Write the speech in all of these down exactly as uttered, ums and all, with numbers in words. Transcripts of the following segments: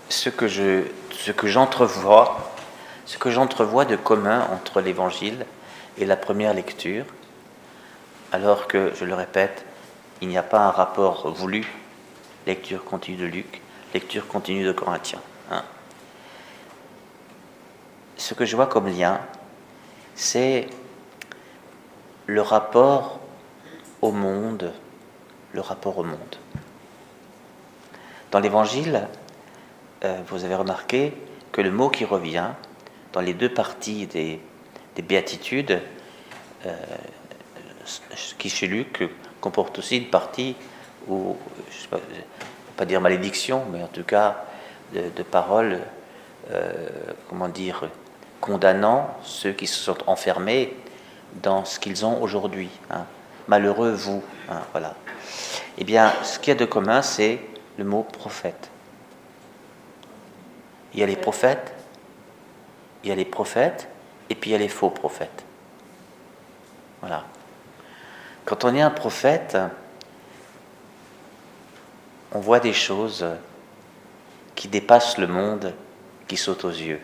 ce que je, ce que j'entrevois, ce que j'entrevois de commun entre l'Évangile et la première lecture, alors que, je le répète, il n'y a pas un rapport voulu, lecture continue de Luc, lecture continue de Corinthiens. Hein. Ce que je vois comme lien, c'est le rapport au monde, le rapport au monde. Dans l'Évangile, euh, vous avez remarqué que le mot qui revient dans les deux parties des, des béatitudes, euh, qui chez Luc comporte aussi une partie où, je ne vais pas, pas dire malédiction, mais en tout cas de, de paroles, euh, comment dire, condamnant ceux qui se sont enfermés dans ce qu'ils ont aujourd'hui. Hein. Malheureux vous, hein, voilà. Eh bien, ce qu'il y a de commun, c'est le mot prophète. Il y a les prophètes, il y a les prophètes, et puis il y a les faux prophètes. Voilà. Quand on est un prophète, on voit des choses qui dépassent le monde, qui sautent aux yeux.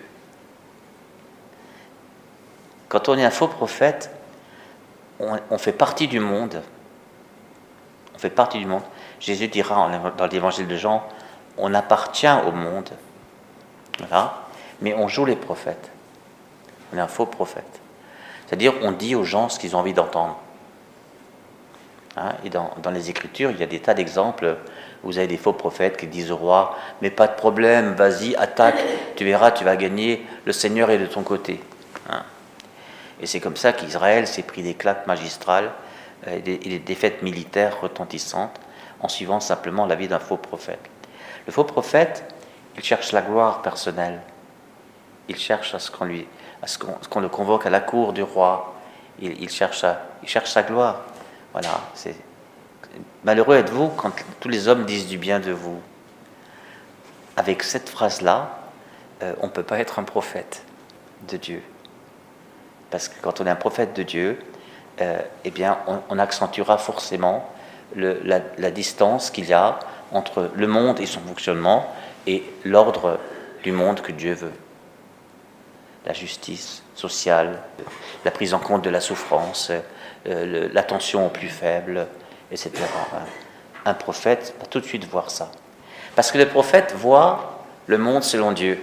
Quand on est un faux prophète, on, on fait partie du monde. On fait partie du monde. Jésus dira dans l'évangile de Jean, on appartient au monde. Voilà. Mais on joue les prophètes. On est un faux prophète. C'est-à-dire, on dit aux gens ce qu'ils ont envie d'entendre. Hein, et dans, dans les Écritures, il y a des tas d'exemples. Vous avez des faux prophètes qui disent au roi, mais pas de problème, vas-y, attaque, tu verras, tu vas gagner, le Seigneur est de ton côté. Hein. Et c'est comme ça qu'Israël s'est pris des claques magistrales et des, et des défaites militaires retentissantes en suivant simplement la vie d'un faux prophète. Le faux prophète, il cherche la gloire personnelle. Il cherche à ce qu'on lui, à ce qu'on, ce qu'on le convoque à la cour du roi. Il, il, cherche, à, il cherche sa gloire. Voilà. C'est, malheureux êtes-vous quand tous les hommes disent du bien de vous. Avec cette phrase-là, euh, on ne peut pas être un prophète de Dieu. Parce que quand on est un prophète de Dieu, euh, eh bien, on, on accentuera forcément le, la, la distance qu'il y a entre le monde et son fonctionnement et l'ordre du monde que Dieu veut. La justice sociale, la prise en compte de la souffrance, euh, le, l'attention aux plus faibles, et cetera. Un prophète va tout de suite voir ça. Parce que le prophète voit le monde selon Dieu.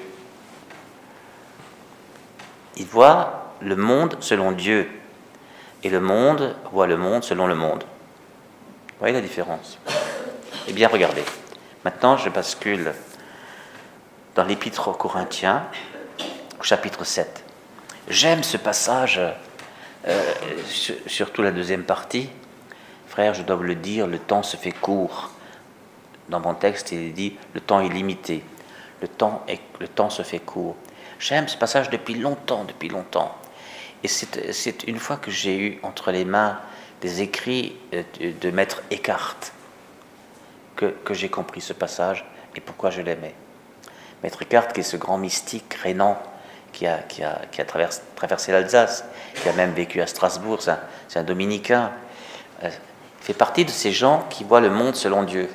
Il voit le monde selon Dieu. Et le monde voit le monde selon le monde. Vous voyez la différence? Eh bien, regardez. Maintenant, je bascule dans l'Épître aux Corinthiens, au chapitre sept. J'aime ce passage, euh, surtout la deuxième partie. Frère, je dois vous le dire, le temps se fait court. Dans mon texte, il est dit, le temps est limité. Le temps, est, le temps se fait court. J'aime ce passage depuis longtemps, depuis longtemps. Et c'est, c'est une fois que j'ai eu entre les mains des écrits de, de maître Eckhart que, que j'ai compris ce passage et pourquoi je l'aimais. Maître Eckhart, qui est ce grand mystique rénan qui a, qui a, qui a traversé, traversé l'Alsace, qui a même vécu à Strasbourg, c'est un, c'est un dominicain, euh, fait partie de ces gens qui voient le monde selon Dieu.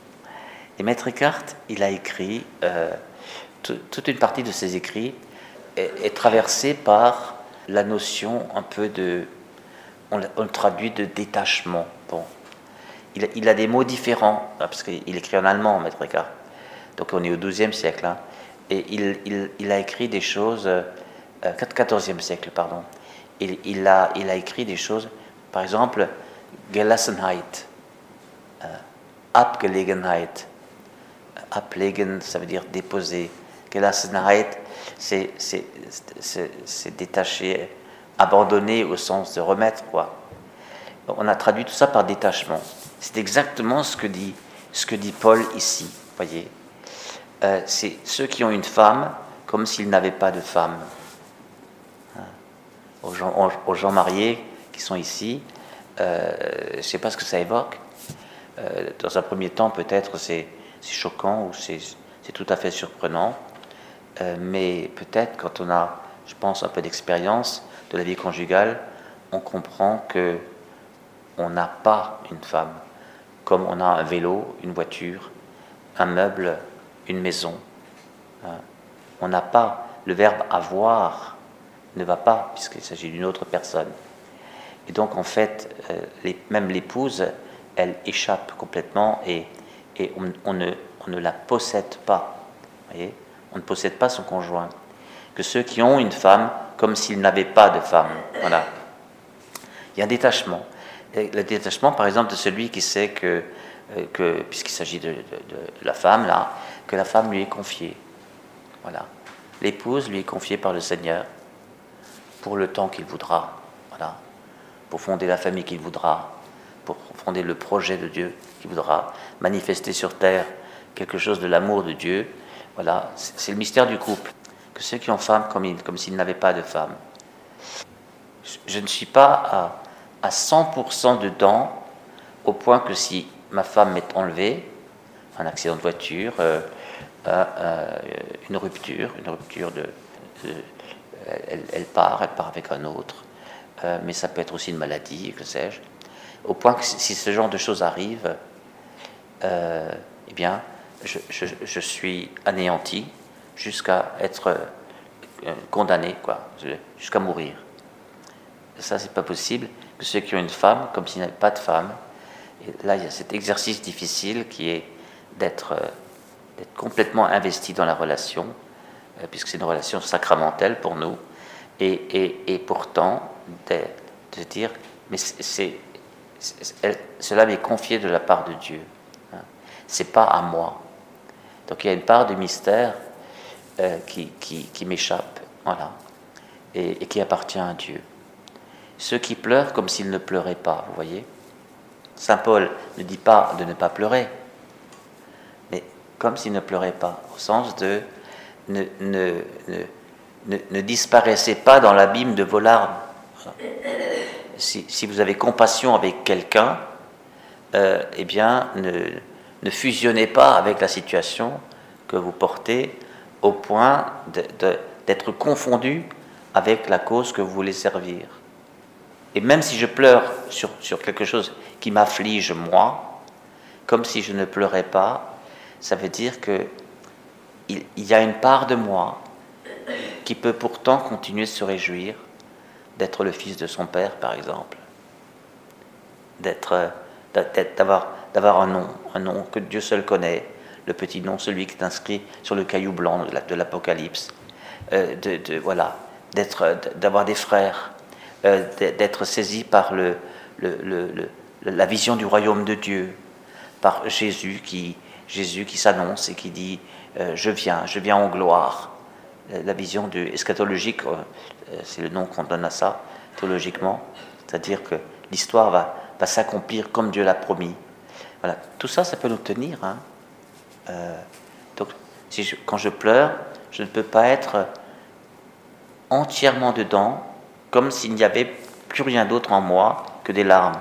Et Maître Eckhart, il a écrit, euh, t- toute une partie de ses écrits est, est traversée par la notion un peu de, on, on le traduit de détachement. Bon, il, il a des mots différents, parce qu'il écrit en allemand, Maître Eckhart. Donc on est au douzième siècle, hein, et il, il, il a écrit des choses, euh, quatorzième siècle, pardon. Il, il, a, il a écrit des choses, par exemple, Gelassenheit, euh, Abgelegenheit. Ablegen, ça veut dire déposer. Gelassenheit, c'est, c'est, c'est, c'est détacher, abandonner au sens de remettre, quoi. On a traduit tout ça par détachement. C'est exactement ce que dit, ce que dit Paul ici, voyez. Euh, c'est ceux qui ont une femme comme s'ils n'avaient pas de femme. Hein. Aux, gens, aux gens mariés qui sont ici, euh, je ne sais pas ce que ça évoque. Euh, dans un premier temps, peut-être c'est, c'est choquant ou c'est, c'est tout à fait surprenant. Euh, mais peut-être quand on a, je pense, un peu d'expérience de la vie conjugale, on comprend que on n'a pas une femme, comme on a un vélo, une voiture, un meuble, une maison. Hein. On n'a pas, le verbe avoir ne va pas, puisqu'il s'agit d'une autre personne. Et donc, en fait, euh, les, même l'épouse, elle échappe complètement et, et on, on, ne, on ne la possède pas. Voyez, on ne possède pas son conjoint. Que ceux qui ont une femme, comme s'ils n'avaient pas de femme. Voilà. Il y a un détachement. Et le détachement, par exemple, de celui qui sait que, euh, que puisqu'il s'agit de, de, de la femme, là, que la femme lui est confiée. Voilà. L'épouse lui est confiée par le Seigneur pour le temps qu'il voudra. Voilà. Pour fonder la famille qu'il voudra, pour fonder le projet de Dieu qu'il voudra, manifester sur terre quelque chose de l'amour de Dieu. Voilà, c'est le mystère du couple. Que ceux qui ont femme comme, ils, comme s'ils n'avaient pas de femme. Je, je ne suis pas à, à cent pour cent dedans, au point que si ma femme m'est enlevée, un accident de voiture, euh, euh, euh, une rupture, une rupture de... de elle, elle part, elle part avec un autre. Euh, mais ça peut être aussi une maladie, que sais-je, au point que si ce genre de choses arrive, euh, eh bien, je, je, je suis anéanti jusqu'à être euh, condamné, quoi, jusqu'à mourir. Ça, c'est pas possible. Que ceux qui ont une femme, comme s'ils n'avaient pas de femme, et là, il y a cet exercice difficile qui est d'être euh, d'être complètement investi dans la relation, euh, puisque c'est une relation sacramentelle pour nous, et, et, et pourtant, de, de dire, mais c'est, c'est, cela m'est confié de la part de Dieu. Hein. C'est pas à moi. Donc il y a une part de mystère euh, qui, qui, qui m'échappe, voilà, et, et qui appartient à Dieu. Ceux qui pleurent comme s'ils ne pleuraient pas, vous voyez. Saint Paul ne dit pas de ne pas pleurer, mais comme s'ils ne pleuraient pas, au sens de ne, ne, ne, ne, ne disparaissez pas dans l'abîme de vos larmes. Si, si vous avez compassion avec quelqu'un, euh, eh bien, ne, ne fusionnez pas avec la situation que vous portez au point de, de, d'être confondu avec la cause que vous voulez servir. Et même si je pleure sur, sur quelque chose qui m'afflige moi, comme si je ne pleurais pas, ça veut dire que il, il y a une part de moi qui peut pourtant continuer de se réjouir d'être le fils de son père, par exemple, d'être, d'être, d'avoir, d'avoir un nom, un nom que Dieu seul connaît, le petit nom, celui qui est inscrit sur le caillou blanc de l'Apocalypse, euh, de, de, voilà, d'être, d'avoir des frères, euh, d'être saisi par le, le, le, le, la vision du royaume de Dieu, par Jésus qui, Jésus qui s'annonce et qui dit euh, « Je viens, je viens en gloire ». La vision de, eschatologique, c'est le nom qu'on donne à ça, théologiquement, c'est-à-dire que l'histoire va, va s'accomplir comme Dieu l'a promis. Voilà. Tout ça, ça peut nous tenir. Hein. Euh, donc, si je, quand je pleure, je ne peux pas être entièrement dedans, comme s'il n'y avait plus rien d'autre en moi que des larmes.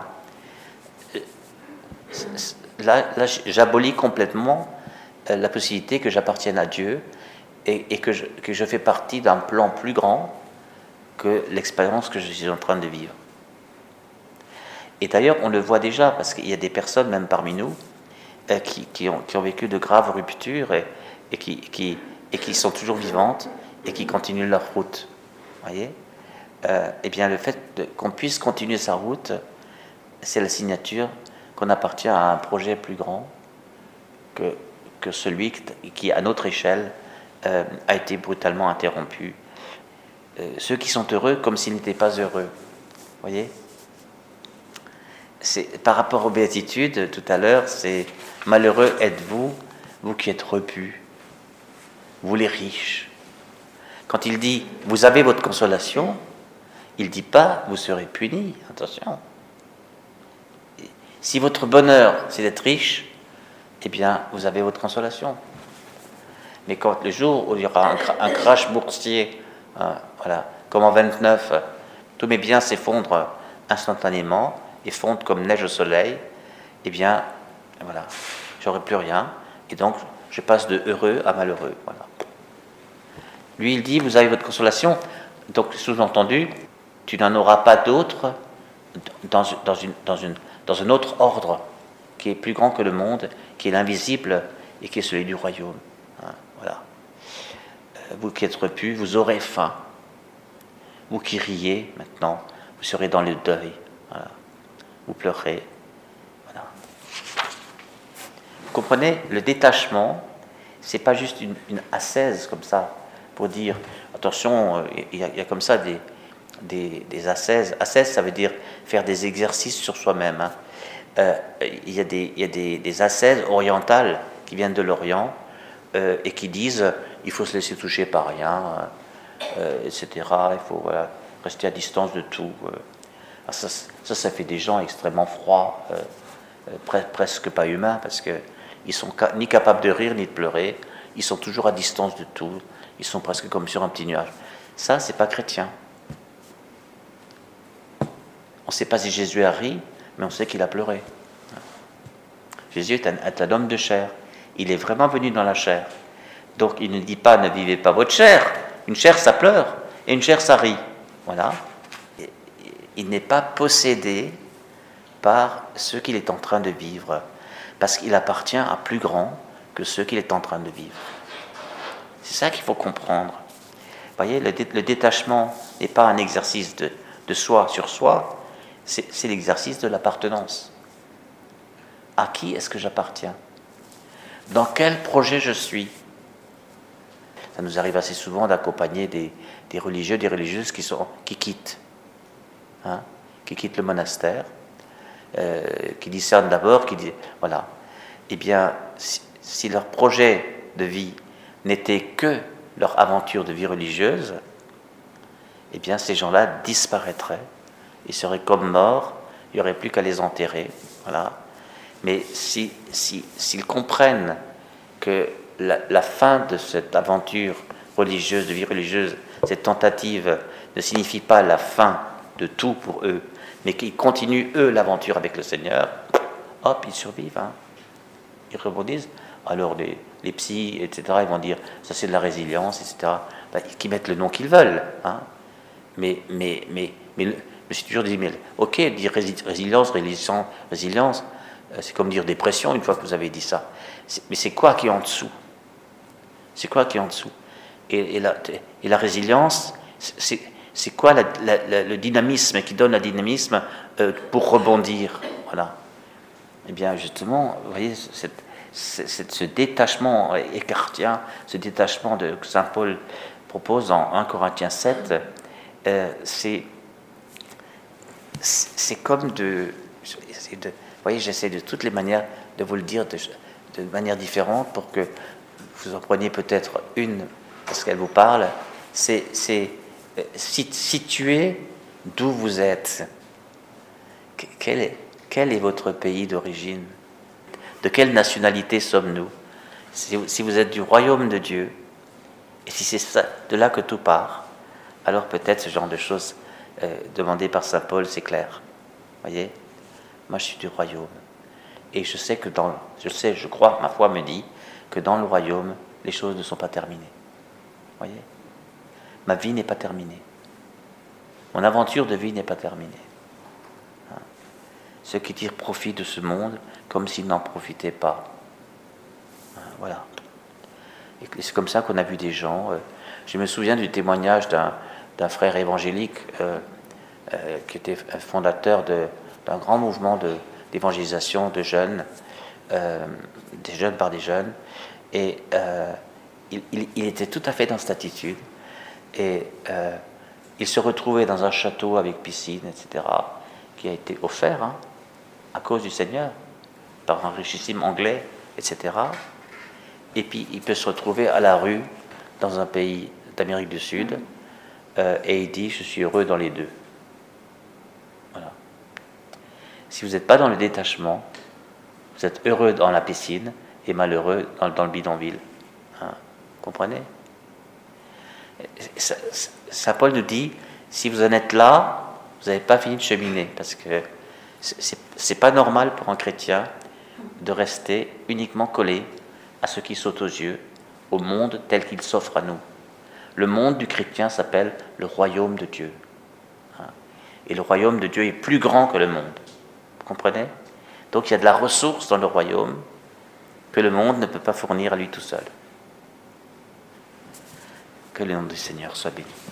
Là, là j'abolis complètement la possibilité que j'appartienne à Dieu, et, et que, je, que je fais partie d'un plan plus grand que l'expérience que je suis en train de vivre. Et d'ailleurs, on le voit déjà, parce qu'il y a des personnes, même parmi nous, euh, qui, qui, ont, qui ont vécu de graves ruptures et, et, qui, qui, et qui sont toujours vivantes et qui continuent leur route. Vous voyez euh, Eh bien, le fait de, qu'on puisse continuer sa route, c'est la signature qu'on appartient à un projet plus grand que, que celui qui, à notre échelle, Euh, a été brutalement interrompu. Euh, ceux qui sont heureux comme s'ils n'étaient pas heureux. Vous voyez ? C'est, par rapport aux béatitudes, tout à l'heure, c'est « Malheureux êtes-vous, vous qui êtes repus, vous les riches ». Quand il dit « Vous avez votre consolation », il ne dit pas « Vous serez punis ». Attention. Si votre bonheur, c'est d'être riche, eh bien, vous avez votre consolation. Mais quand le jour où il y aura un, un crash boursier, hein, voilà, comme en vingt-neuf, tous mes biens s'effondrent instantanément et fondent comme neige au soleil, eh bien, voilà, j'aurai plus rien, et donc je passe de heureux à malheureux. Voilà. Lui, il dit, vous avez votre consolation, donc sous-entendu, tu n'en auras pas d'autre dans, dans, une, dans, une, dans un autre ordre qui est plus grand que le monde, qui est l'invisible et qui est celui du royaume. Voilà. vous qui êtes repus, vous aurez faim. Vous qui riez maintenant, vous serez dans le deuil. Voilà. Vous pleurez. Voilà. Vous comprenez, le détachement, c'est pas juste une, une ascèse comme ça, pour dire, attention, il y a, il y a comme ça des, des, des ascèses. Ascèse, ça veut dire faire des exercices sur soi-même. Hein. Euh, il y a, des, il y a des, des ascèses orientales qui viennent de l'Orient euh, et qui disent, il faut se laisser toucher par rien, euh, et cetera. Il faut voilà, rester à distance de tout. Euh. Ça, ça, ça fait des gens extrêmement froids, euh, euh, pre presque pas humains, parce qu'ils ne sont ca ni capables de rire ni de pleurer, ils sont toujours à distance de tout, ils sont presque comme sur un petit nuage. Ça, c'est pas chrétien. On ne sait pas si Jésus a ri, mais on sait qu'il a pleuré. Jésus est un, est un homme de chair. Il est vraiment venu dans la chair. Donc il ne dit pas, ne vivez pas votre chair. Une chair, ça pleure, et une chair, ça rit. Voilà. Il n'est pas possédé par ce qu'il est en train de vivre, parce qu'il appartient à plus grand que ce qu'il est en train de vivre. C'est ça qu'il faut comprendre. Vous voyez, le, dé, le détachement n'est pas un exercice de, de soi sur soi, c'est l'exercice de l'appartenance. À qui est-ce que j'appartiens? Dans quel projet je suis? Ça nous arrive assez souvent d'accompagner des, des religieux, des religieuses qui, sont, qui quittent. Hein, qui quittent le monastère, euh, qui discernent d'abord, qui disent, voilà, eh bien, si, si leur projet de vie n'était que leur aventure de vie religieuse, eh bien, ces gens-là disparaîtraient, ils seraient comme morts, il n'y aurait plus qu'à les enterrer, voilà. Mais si, si, s'ils comprennent que la, la fin de cette aventure religieuse, de vie religieuse, cette tentative ne signifie pas la fin de tout pour eux, mais qu'ils continuent, eux, l'aventure avec le Seigneur, hop, ils survivent. Hein. Ils rebondissent. Alors, les, les psys, et cetera, ils vont dire, ça c'est de la résilience, et cetera. Ben, qu'ils mettent le nom qu'ils veulent. Hein. Mais, mais, mais, mais, je me suis toujours dit, mais, ok, dire résilience, résilience, résilience, c'est comme dire dépression, une fois que vous avez dit ça. Mais c'est quoi qui est en dessous? C'est quoi qui est en dessous? Et, et, la, et la résilience, c'est... C'est quoi la, la, la, le dynamisme qui donne le dynamisme euh, pour rebondir? Voilà. Eh bien, justement, vous voyez, cette, cette, ce détachement écartien, ce détachement de, que saint Paul propose en un Corinthiens sept, euh, c'est c'est comme de, de... Vous voyez, j'essaie de toutes les manières de vous le dire de, de manière différente pour que vous en preniez peut-être une parce qu'elle vous parle. C'est... Situez d'où vous êtes. Quel est, quel est votre pays d'origine? De quelle nationalité sommes-nous? Si, si vous êtes du royaume de Dieu, et si c'est de là que tout part, alors peut-être ce genre de choses euh, demandées par saint Paul, c'est clair. Voyez, moi je suis du royaume. Et je sais que dans, je sais, je crois, ma foi me dit, que dans le royaume, les choses ne sont pas terminées. Voyez? Ma vie n'est pas terminée. Mon aventure de vie n'est pas terminée. Hein. Ceux qui tirent profit de ce monde comme s'ils n'en profitaient pas. Hein, voilà. Et c'est comme ça qu'on a vu des gens. Euh, je me souviens du témoignage d'un frère évangélique euh, euh, qui était fondateur d'un grand mouvement d'évangélisation de, de jeunes, euh, des jeunes par des jeunes. Et euh, il, il, il était tout à fait dans cette attitude. Et euh, il se retrouvait dans un château avec piscine, et cetera, qui a été offert hein, à cause du Seigneur, par un richissime anglais, et cetera. Et puis il peut se retrouver à la rue, dans un pays d'Amérique du Sud, euh, et il dit, je suis heureux dans les deux. Voilà. Si vous n'êtes pas dans le détachement, vous êtes heureux dans la piscine et malheureux dans, dans le bidonville. Hein, comprenez? Saint Paul nous dit, si vous en êtes là, vous n'avez pas fini de cheminer, parce que c'est n'est pas normal pour un chrétien de rester uniquement collé à ce qui saute aux yeux, au monde tel qu'il s'offre à nous. Le monde du chrétien s'appelle le royaume de Dieu. Et le royaume de Dieu est plus grand que le monde. Vous comprenez? Donc il y a de la ressource dans le royaume que le monde ne peut pas fournir à lui tout seul. Que le nom du Seigneur soit béni.